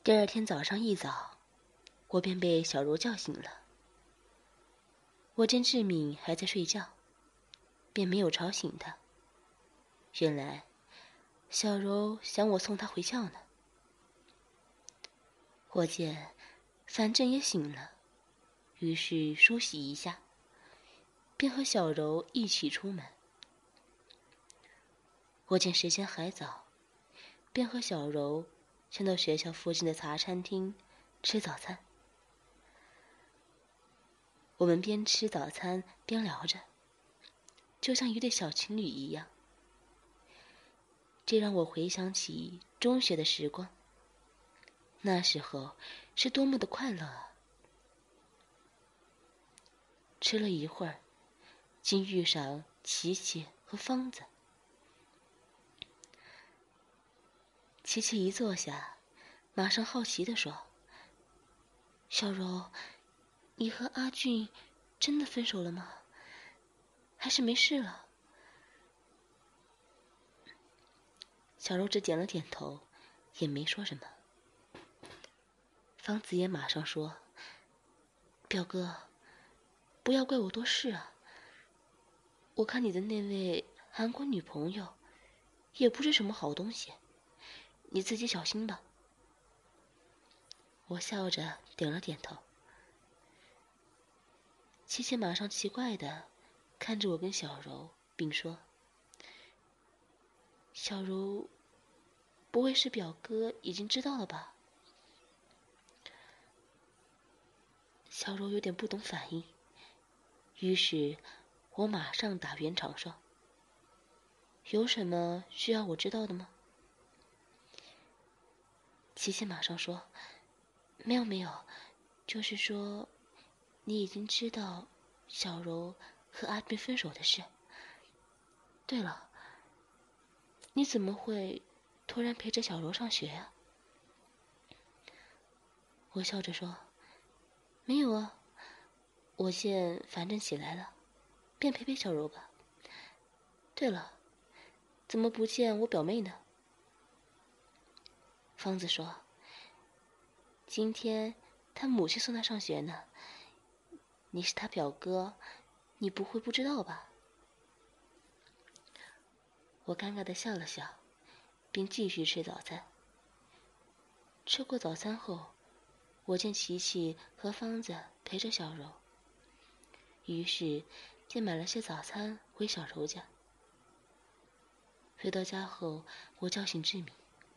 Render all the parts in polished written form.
第二天早上一早，我便被小柔叫醒了。我见志敏还在睡觉，便没有吵醒他。原来小柔想我送她回校呢。我见反正也醒了，于是梳洗一下，便和小柔一起出门。我见时间还早，便和小柔先到学校附近的茶餐厅吃早餐。我们边吃早餐边聊着，就像一对小情侣一样。这让我回想起中学的时光，那时候是多么的快乐啊！吃了一会儿，竟遇上琪琪和芳子。琪琪一坐下，马上好奇地说：“小柔，你和阿俊真的分手了吗？还是没事了？”小柔只点了点头，也没说什么。芳子也马上说：“表哥，不要怪我多事啊。我看你的那位韩国女朋友，也不是什么好东西，你自己小心吧。”我笑着点了点头。琪琪马上奇怪地看着我跟小柔，并说：“小柔，不会是表哥已经知道了吧？”小柔有点不懂反应，于是我马上打圆场说：“有什么需要我知道的吗？”琪琪马上说：“没有没有，就是说，你已经知道小柔和阿斌分手的事。对了，你怎么会突然陪着小柔上学呀？”我笑着说：“没有啊，我见反正起来了，便陪陪小柔吧。对了，怎么不见我表妹呢？”芳子说：“今天她母亲送她上学呢，你是她表哥，你不会不知道吧？”我尴尬地笑了笑，并继续吃早餐。吃过早餐后，我见琪琪和芳子陪着小柔，于是便买了些早餐回小柔家。回到家后，我叫醒志敏。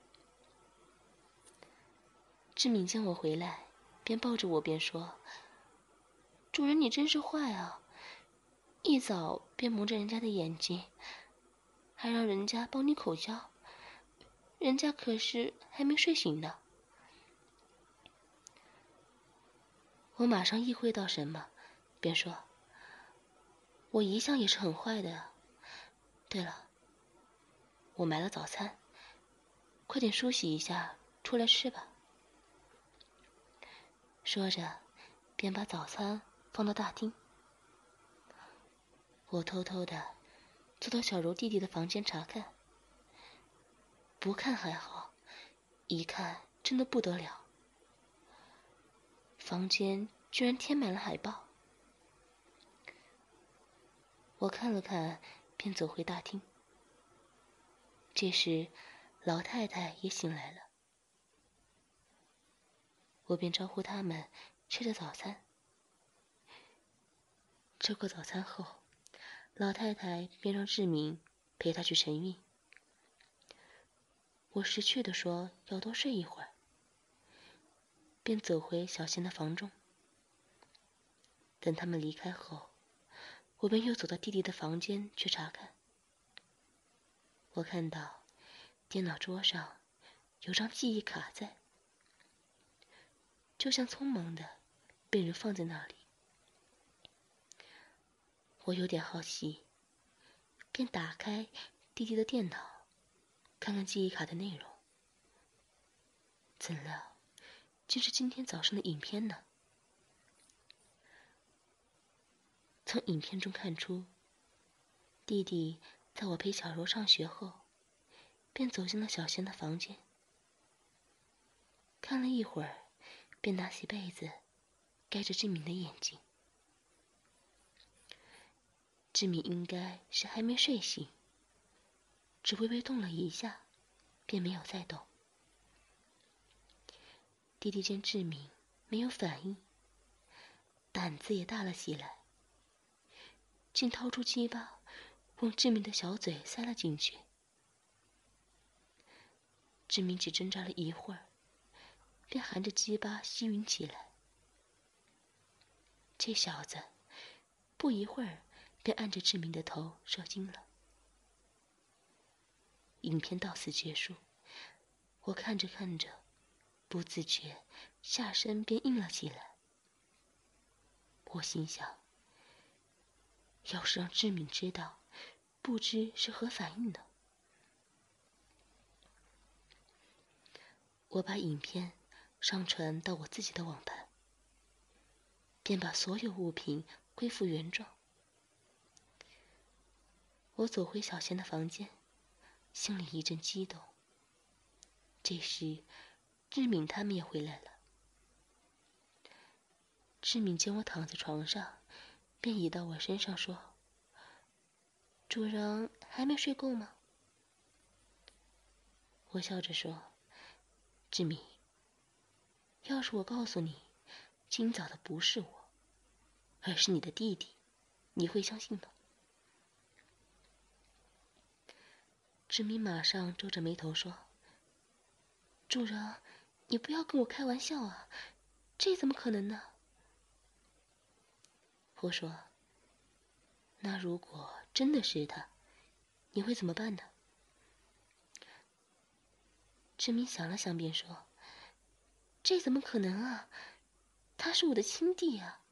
志敏见我回来，便抱着我便说：“主人，你真是坏啊！一早便蒙着人家的眼睛，还让人家帮你口交，人家可是还没睡醒呢。”我马上意会到什么，便说：“我一向也是很坏的啊。对了，我买了早餐，快点梳洗一下，出来吃吧。”说着，便把早餐放到大厅。我偷偷的走到小柔弟弟的房间查看，不看还好，一看真的不得了，房间居然贴满了海报。我看了看，便走回大厅。这时，老太太也醒来了，我便招呼他们吃着早餐。吃过早餐后，老太太便让志明陪她去晨运。我识趣地说要多睡一会儿，便走回小贤的房中。等他们离开后，我便又走到弟弟的房间去查看。我看到电脑桌上有张记忆卡在，就像匆忙的被人放在那里。我有点好奇，便打开弟弟的电脑，看看记忆卡的内容。怎料，竟是今天早上的影片呢。从影片中看出，弟弟在我陪小柔上学后，便走进了小贤的房间。 看了一会儿，便拿起被子盖着志敏的眼睛。志敏应该是还没睡醒，只微微动了一下，便没有再动。弟弟见志敏没有反应，胆子也大了起来，竟掏出鸡巴往志敏的小嘴塞了进去。志敏只挣扎了一会儿，便含着鸡巴吸吮起来。这小子不一会儿便按着志敏的头射精了。影片到此结束，我看着看着，不自觉下身便硬了起来。我心想，要是让志敏知道，不知是何反应呢？我把影片上传到我自己的网盘，便把所有物品恢复原状。我走回小贤的房间，心里一阵激动。这时，志敏他们也回来了。志敏见我躺在床上，便倚到我身上说：“主人还没睡够吗？”我笑着说：“志敏，要是我告诉你，今早的不是我，而是你的弟弟，你会相信吗？”志敏马上皱着眉头说：“主人，你不要跟我开玩笑啊，这怎么可能呢？”我说：“那如果真的是他，你会怎么办呢？”志敏想了想，便说：“这怎么可能啊？他是我的亲弟啊！”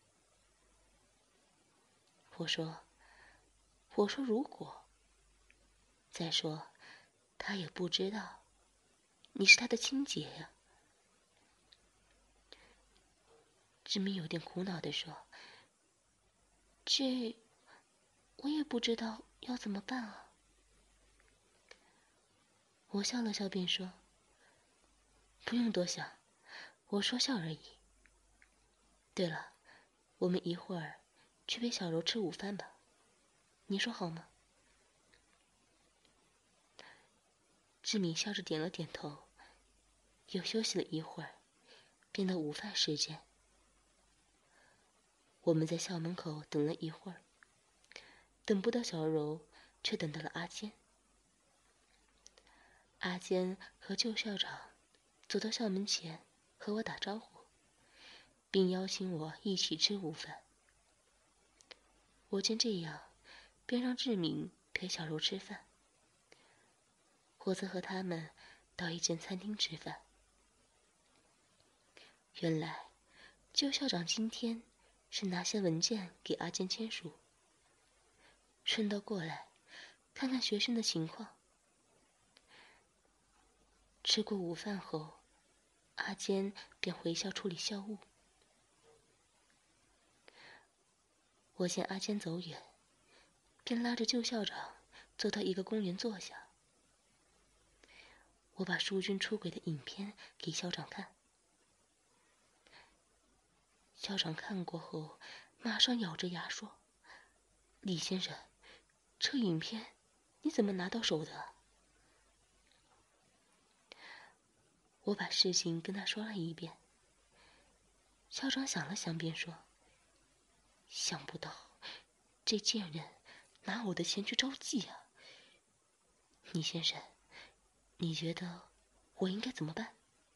我说：“如果，再说，他也不知道你是他的亲姐呀。”志敏有点苦恼地说：“这，我也不知道要怎么办啊。”我笑了笑，便说：“不用多想，我说笑而已。对了，我们一会儿去陪小柔吃午饭吧，你说好吗？”志敏笑着点了点头，又休息了一会儿，便到午饭时间。我们在校门口等了一会儿，等不到小柔，却等到了阿坚。阿坚和旧校长走到校门前，和我打招呼，并邀请我一起吃午饭。我见这样，便让志敏陪小柔吃饭，我则和他们到一间餐厅吃饭。原来，旧校长今天是拿些文件给阿坚签署，顺道过来看看学生的情况。吃过午饭后，阿坚便回校处理校务。我见阿坚走远，便拉着旧校长走到一个公园坐下。我把淑君出轨的影片给校长看。校长看过后，马上咬着牙说：“李先生，这影片你怎么拿到手的？”我把事情跟他说了一遍。校长想了想，便说：“想不到这贱人拿我的钱去招妓啊！李先生，你觉得我应该怎么办？”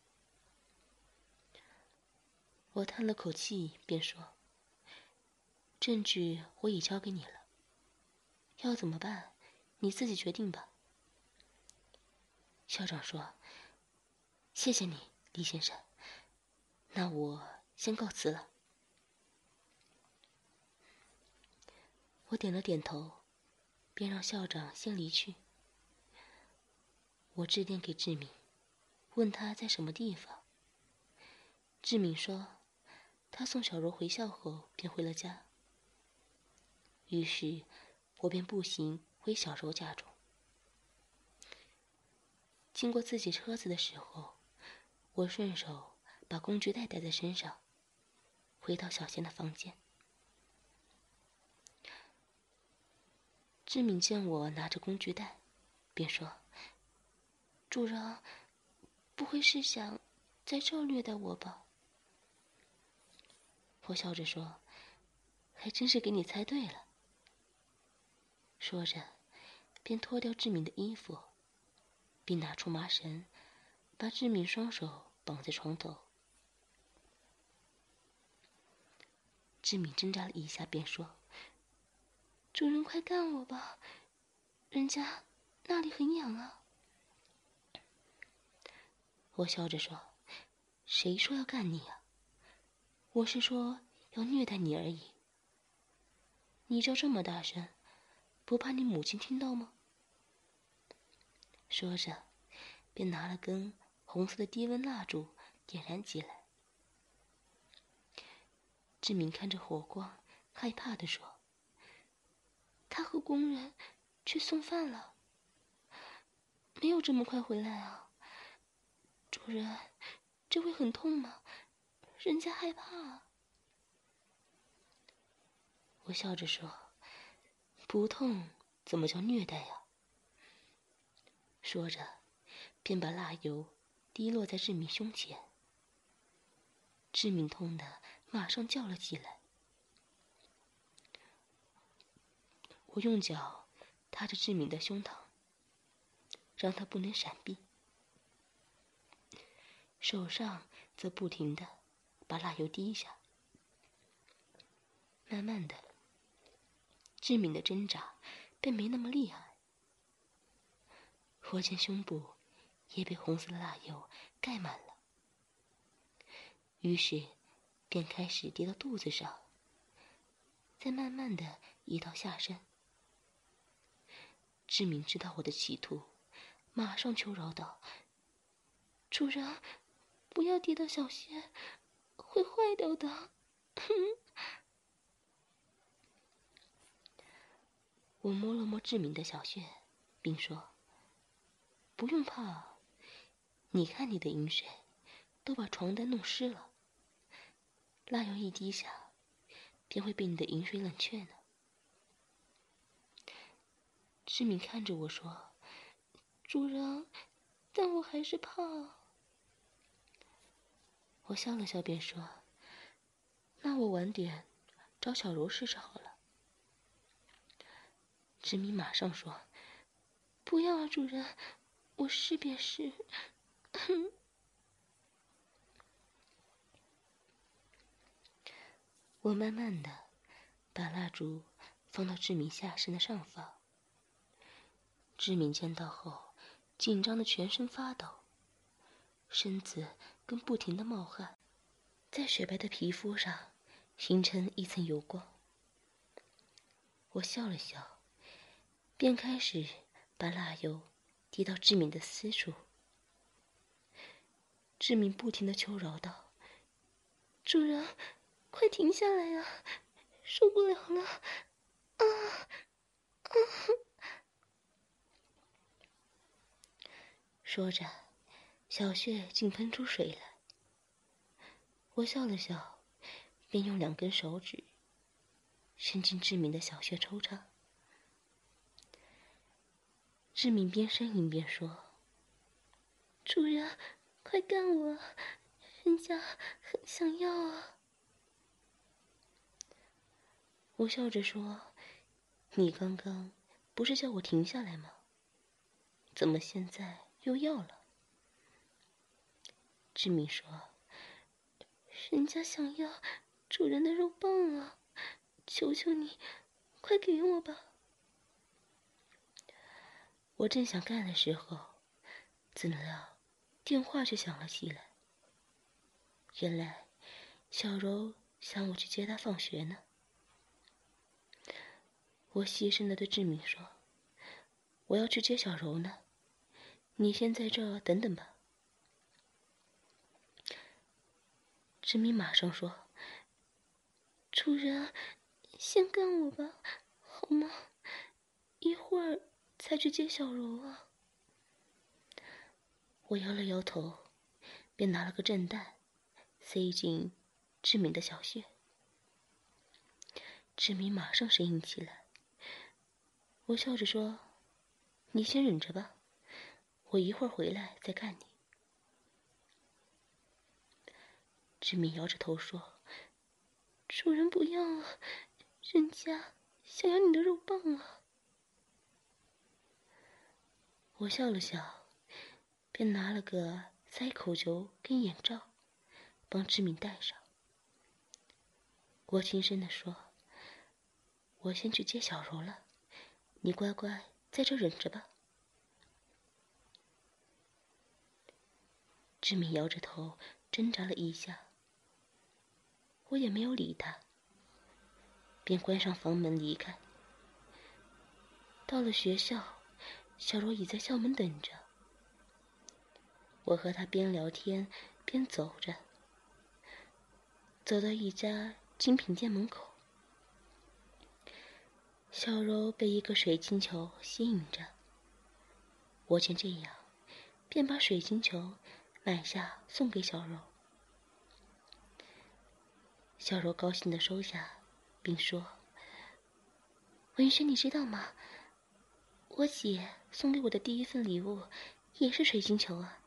我叹了口气，便说：“证据我已交给你了，要怎么办，你自己决定吧。”校长说：“谢谢你，李先生，那我先告辞了。”我点了点头，便让校长先离去。我致电给志敏，问他在什么地方。志敏说，他送小柔回校后便回了家。于是，我便步行回小柔家中。经过自己车子的时候， 我顺手把工具袋带在身上，回到小仙的房间。志敏见我拿着工具袋，便说：“主人，不会是想在这虐待我吧？”我笑着说：“还真是给你猜对了。”说着，便脱掉志敏的衣服，并拿出麻绳，把志敏双手绑在床头。志敏挣扎了一下，便说：“主人，快干我吧，人家那里很痒啊。”我笑着说：“谁说要干你啊？我是说要虐待你而已。你叫这么大声，不怕你母亲听到吗？”说着，便拿了根红色的低温蜡烛点燃起来。志敏看着火光，害怕地说：“他和工人去送饭了，没有这么快回来啊。主人，这会很痛吗？人家害怕啊。”我笑着说：“不痛怎么叫虐待呀？”说着，便把蜡油滴落在志敏胸前。志敏痛得马上叫了起来。我用脚踏着志敏的胸膛，让他不能闪避，手上则不停地把蜡油滴下。慢慢的，志敏的挣扎便没那么厉害。我见胸部也被红色的蜡油盖满了，于是便开始滴到肚子上，再慢慢的移到下身。志敏知道我的企图，马上求饶道：“主人，不要滴到小穴，会坏掉的。”我摸了摸志敏的小穴，并说：“不用怕，你看你的饮水都把床单弄湿了，蜡油一滴下，便会被你的饮水冷却呢。”志敏看着我说：“主人，但我还是怕。”我笑了笑，便说：“那我晚点找小柔试试好了。”志敏马上说：“不要啊，主人，我试便是。”我慢慢的把蜡烛放到志敏下身的上方。志敏见到后，紧张的全身发抖，身子更不停的冒汗，在雪白的皮肤上形成一层油光。我笑了笑，便开始把蜡油滴到志敏的私处。志敏不停地求饶道：“主人，快停下来呀，受不了了！啊啊！”说着，小穴竟喷出水来。我笑了笑，便用2根手指伸进志敏的小穴抽插。志敏边呻吟边说：“主人，快干我，人家很想要啊。”我笑着说：“你刚刚不是叫我停下来吗？怎么现在又要了？”志敏说：“人家想要主人的肉棒啊，求求你，快给我吧。”我正想干的时候，怎料电话却响了起来。原来小柔想我去接她放学呢。我细声地对志敏说：“我要去接小柔呢，你先在这儿等等吧。”志敏马上说：“主人，先干我吧，好吗？一会儿才去接小柔啊。”我摇了摇头， 便拿了个震蛋，塞进志敏的小穴。志敏马上呻吟起来。我笑着说：“你先忍着吧，我一会儿回来再干你。”志敏摇着头说：“主人不要啊，人家想要你的肉棒啊。”我笑了笑，便拿了个塞口球跟眼罩，帮志敏戴上。我轻声地说：“我先去接小柔了，你乖乖在这忍着吧。”志敏摇着头，挣扎了一下，我也没有理他，便关上房门离开。到了学校，小柔已在校门等着。我和她边聊天边走着，走到一家精品店门口。小柔被一个水晶球吸引着，我见这样，便把水晶球买下送给小柔。小柔高兴地收下，并说：“文轩，你知道吗？我姐送给我的第一份礼物也是水晶球啊。”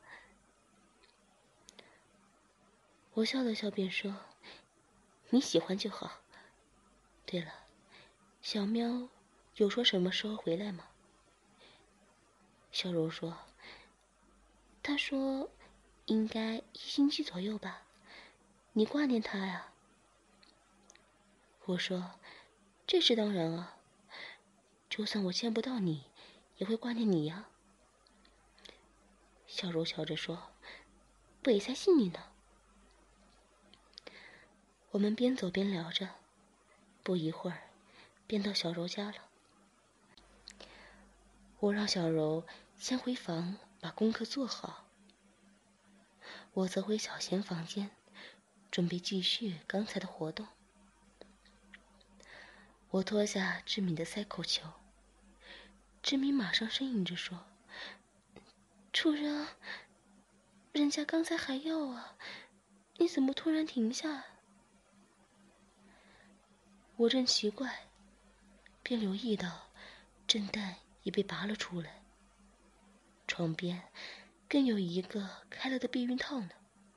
我笑了笑，便说：“你喜欢就好。对了，小喵有说什么时候回来吗？”小柔说：“他说应该1星期左右吧，你挂念他呀？”我说：“这是当然啊，就算我见不到你，也会挂念你呀。”小柔笑着说：“我也才信你呢。”我们边走边聊着，不一会儿，便到小柔家了。我让小柔先回房把功课做好，我则回小贤房间，准备继续刚才的活动。我脱下志敏的塞口球，志敏马上呻吟着说：“主人，人家刚才还要啊，你怎么突然停下？”我正奇怪，便留意到震蛋已被拔了出来，床边更有一个开了的避孕套呢。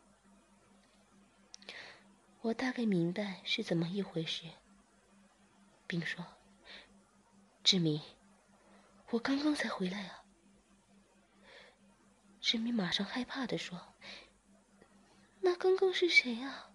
我大概明白是怎么一回事，并说：“志明，我刚刚才回来啊。”志明马上害怕地说：“那刚刚是谁啊？”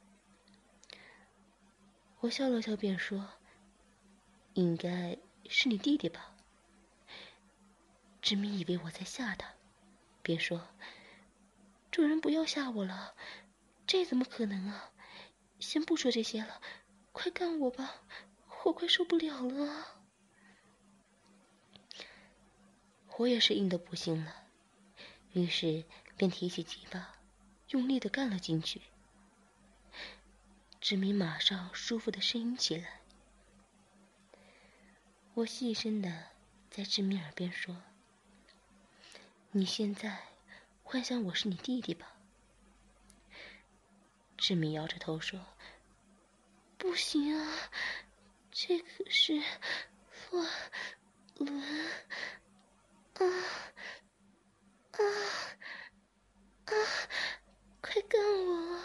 我笑了笑，便说：“应该是你弟弟吧。”志明以为我在吓他，便说：“主人不要吓我了，这怎么可能啊？先不说这些了，快干我吧，我快受不了了啊！”我也是硬得不行了，于是便提起鸡巴，用力地干了进去。志明马上舒服地呻吟起来。我细声地在志明耳边说：“你现在幻想我是你弟弟吧？”志明摇着头说：“不行啊，这可是乱伦啊啊啊！快干我！”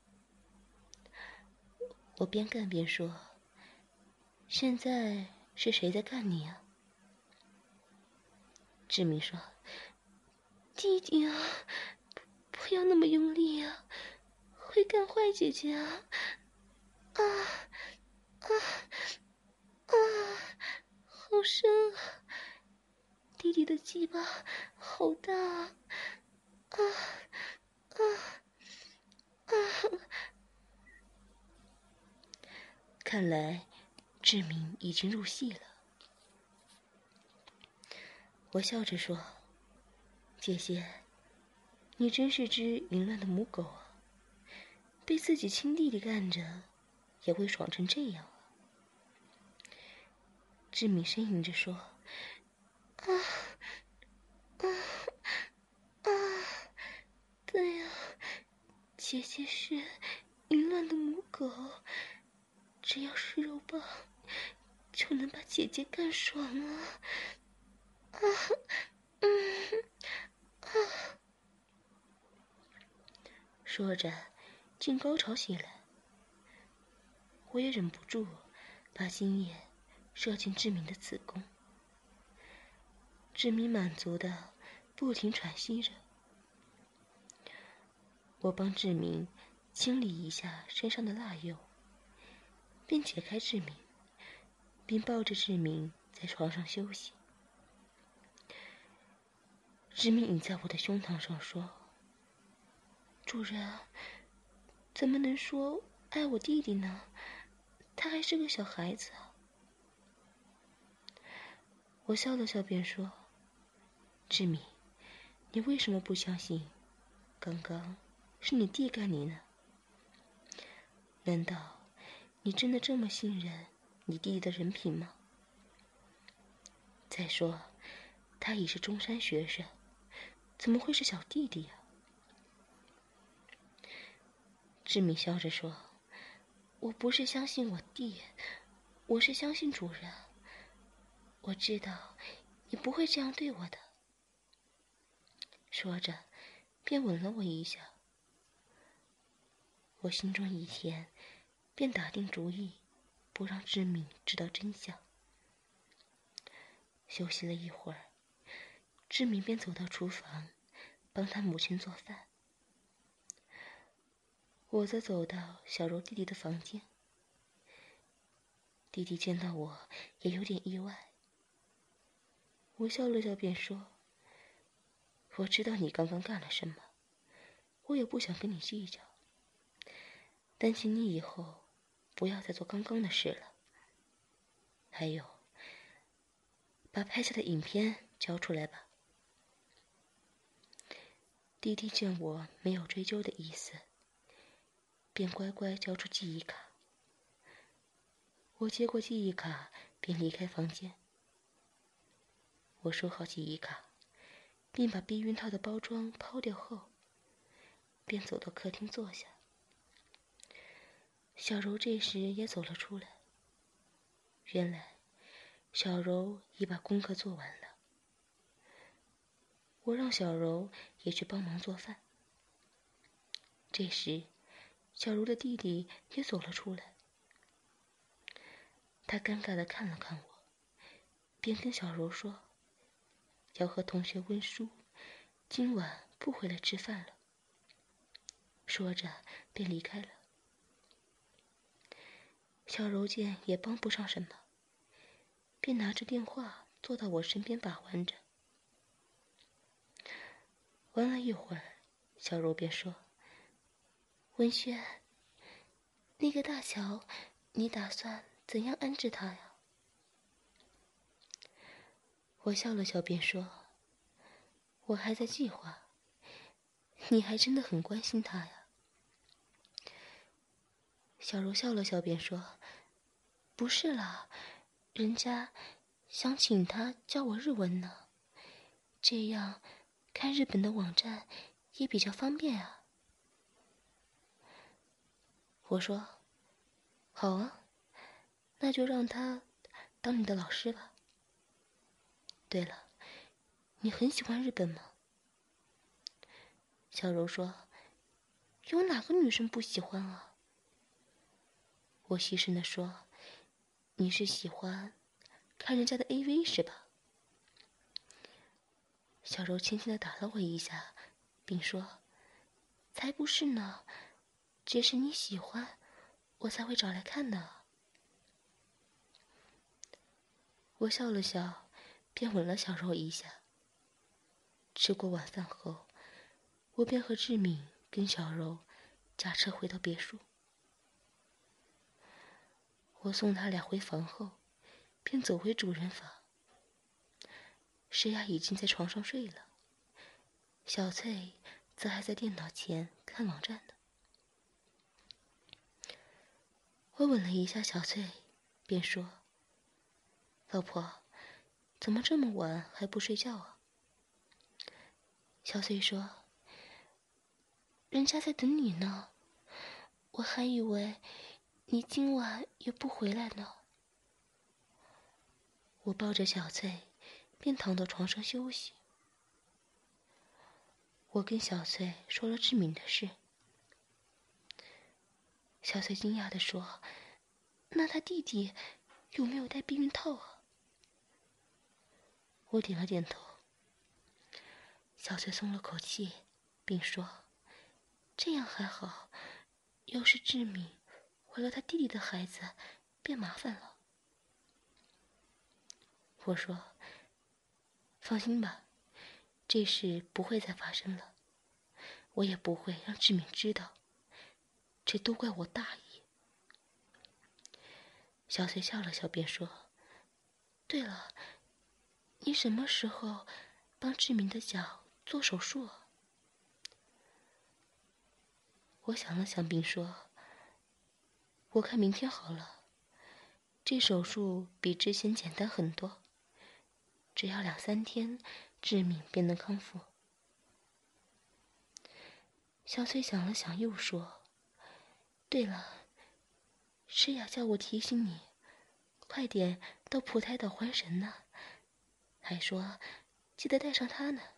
我边干边说：“现在是谁在干你啊？”志明说：“弟弟啊，不要那么用力啊，会干坏姐姐啊！啊啊啊！好深啊！弟弟的鸡巴好大啊！啊啊啊！”看来志明已经入戏了。我笑着说：“姐姐，你真是只淫乱的母狗啊！被自己亲弟弟干着，也会爽成这样啊！”志明呻吟着说：“啊啊啊！ 对呀，姐姐是淫乱的母狗，只要是肉棒，就能把姐姐干爽啊！啊，说着，竟高潮起来。我也忍不住把精液射进志明的子宫。志明满足的不停喘息着。我帮志明清理一下身上的蜡釉，并解开志明，并抱着志明在床上休息。志明倚在我的胸膛上说：“主人，怎么能说爱我弟弟呢？他还是个小孩子啊。”我笑了笑便说：“志明，你为什么不相信刚刚是你弟干你呢？难道你真的这么信任你弟弟的人品吗？再说，他已是中山学生，怎么会是小弟弟呀？”志明笑着说：“我不是相信我弟，我是相信主人。我知道你不会这样对我的。”说着，便吻了我一下。我心中一甜，便打定主意，不让志明知道真相。休息了一会儿，志明便走到厨房，帮他母亲做饭。我则走到小柔弟弟的房间。弟弟见到我也有点意外。我笑了笑便说：“我知道你刚刚干了什么，我也不想跟你计较，但请你以后不要再做刚刚的事了。还有，把拍下的影片交出来吧。”弟弟见我没有追究的意思，便乖乖交出记忆卡。我接过记忆卡，便离开房间。我收好记忆卡，并把避孕套的包装抛掉后，便走到客厅坐下。小柔这时也走了出来。原来，小柔已把功课做完了。我让小柔也去帮忙做饭。这时，小柔的弟弟也走了出来。他尴尬地看了看我，便跟小柔说：“要和同学温书，今晚不回来吃饭了。”说着便离开了。小柔见也帮不上什么，便拿着电话坐到我身边把玩着。玩了一会儿，小柔便说：“文轩，那个大乔，你打算怎样安置他呀？”我笑了笑便说：“我还在计划。你还真的很关心他呀。”小柔笑了笑便说：“不是啦，人家想请他教我日文呢，这样看日本的网站也比较方便啊。”我说：“好啊，那就让他当你的老师吧。对了，你很喜欢日本吗？”小柔说：“有哪个女生不喜欢啊？”我细声地说：“你是喜欢看人家的 AV 是吧？”小柔轻轻地打了我一下，并说：“才不是呢，只是你喜欢，我才会找来看的。”我笑了笑，便吻了小柔一下。吃过晚饭后，我便和志敏跟小柔驾车回到别墅。我送他俩回房后，便走回主人房。诗雅已经在床上睡了，小翠则还在电脑前看网站呢。我吻了一下小翠，便说：“老婆，怎么这么晚还不睡觉啊？”小翠说：“ 人家在等你呢，我还以为你今晚也不回来呢。我抱着小翠，便躺到床上休息。我跟小翠说了志敏的事。小翠惊讶地说：“那他弟弟有没有戴避孕套啊？”我点了点头。小翠松了口气，并说：“这样还好，要是志敏怀了他弟弟的孩子，便麻烦了。”我说：“放心吧，这事不会再发生了，我也不会让志敏知道，这都怪我大意。”小翠笑了笑，便说：“对了，你什么时候帮志敏的脚做手术啊？”我想了想，并说：“我看明天好了，这手术比之前简单很多，只要2-3天，志敏便能康复。”小翠想了想，又说：“对了，诗雅叫我提醒你，快点到蒲台岛还神呢，还说记得带上他呢。”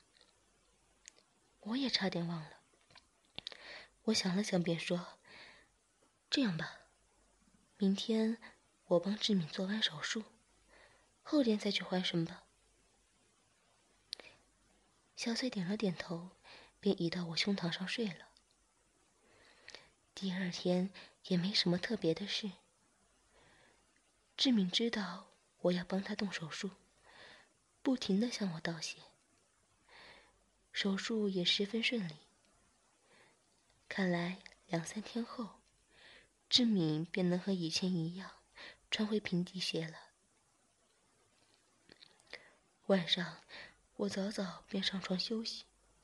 我也差点忘了。我想了想，便说：“这样吧，明天我帮志敏做完手术，后天再去还神吧。”小翠点了点头，便移到我胸膛上睡了。第二天也没什么特别的事。志敏知道我要帮他动手术，不停地向我道谢。手术也十分顺利。看来2-3天后，志敏便能和以前一样穿回平底鞋了。晚上，我早早便上床休息。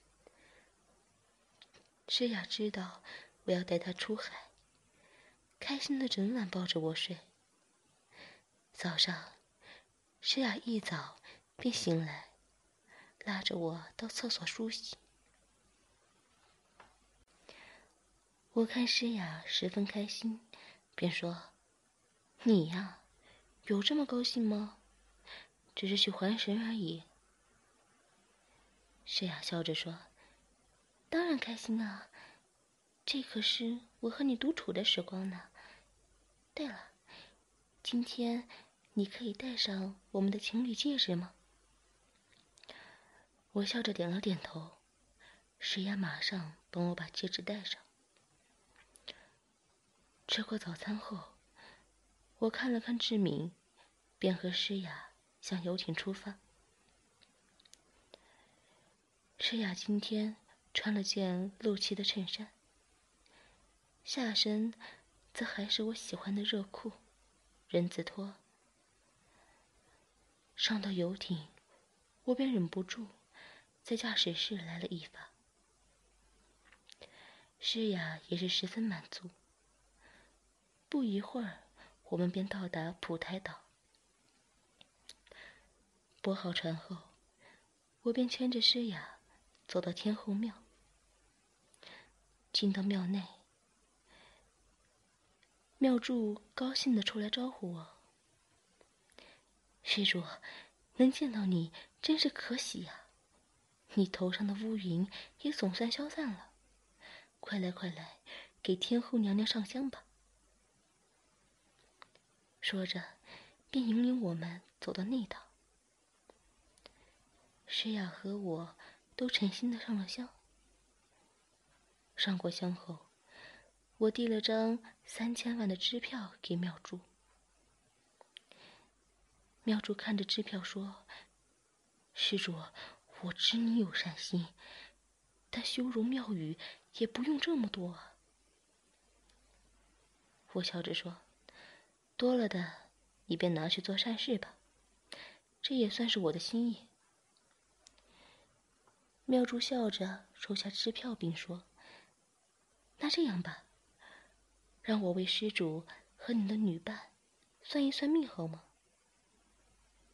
诗雅知道我要带她出海，开心的整晚抱着我睡。早上，诗雅一早便醒来，拉着我到厕所梳洗。我看诗雅十分开心，便说：“你呀，有这么高兴吗？只是去还神而已。”诗雅笑着说：“当然开心啊，这可是我和你独处的时光呢。对了，今天你可以戴上我们的情侣戒指吗？”我笑着点了点头。诗雅马上帮我把戒指戴上。吃过早餐后，我看了看志敏，便和诗雅向游艇出发。诗雅今天穿了件露脐的衬衫，下身则还是我喜欢的热裤人字拖。上到游艇，我便忍不住在驾驶室来了一发。诗雅也是十分满足。不一会儿，我们便到达蒲台岛。拨好船后，我便牵着诗雅走到天后庙。进到庙内，庙祝高兴地出来招呼我：“施主，能见到你真是可喜呀！你头上的乌云也总算消散了，快来快来，给天后娘娘上香吧。”说着，便引领我们走到内堂。诗雅和我都诚心地上了香。上过香后，我递了张3000万的支票给庙祝。庙祝看着支票说：“施主，我知你有善心，但修容庙宇也不用这么多啊。”我笑着说：“多了的，你便拿去做善事吧，这也算是我的心意。”庙祝笑着收下支票，并说：“那这样吧，让我为施主和你的女伴算一算命好吗？”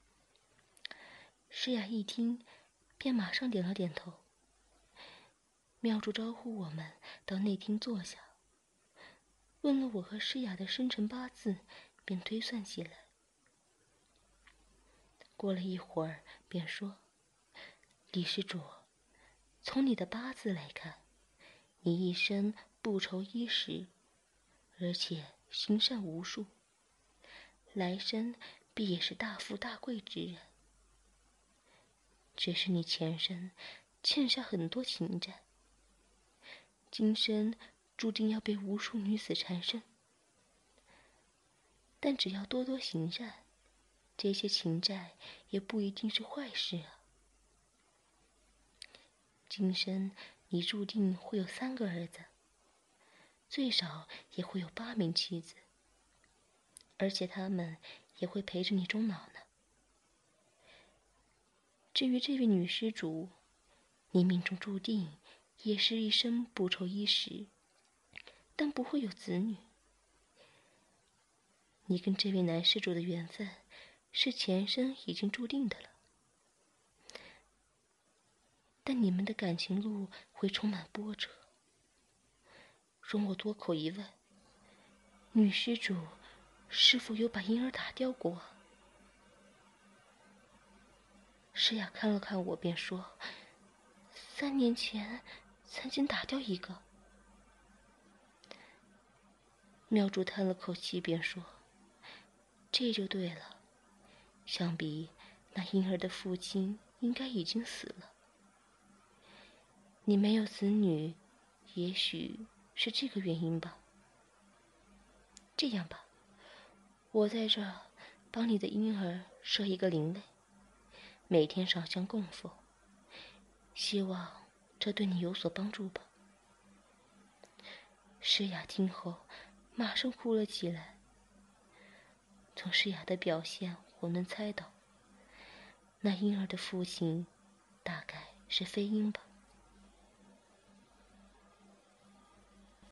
诗雅一听，便马上点了点头。 庙主招呼我们到内厅坐下，问了我和诗雅的生辰八字，便推算起来。过了一会儿，便说：“李施主，从你的八字来看，你一生不愁衣食，而且行善无数，来生必也是大富大贵之人。只是你前生欠下很多情债，今生注定要被无数女子缠身。但只要多多行善，这些情债也不一定是坏事啊。今生你注定会有3个儿子，最少也会有8名妻子，而且他们也会陪着你终老呢。至于这位女施主，你命中注定也是一生不愁衣食，但不会有子女。你跟这位男施主的缘分是前生已经注定的了，但你们的感情路会充满波折。容我多口一问，女施主是否有把婴儿打掉过？诗雅看了看我，便说：“3年前曾经打掉一个。”庙主叹了口气，便说：“这就对了，想必那婴儿的父亲应该已经死了。你没有子女，也许是这个原因吧。这样吧，我在这儿帮你的婴儿设一个灵位，每天上香供奉，希望这对你有所帮助吧。”诗雅听后马上哭了起来。从诗雅的表现，我能猜到，那婴儿的父亲大概是飞鹰吧。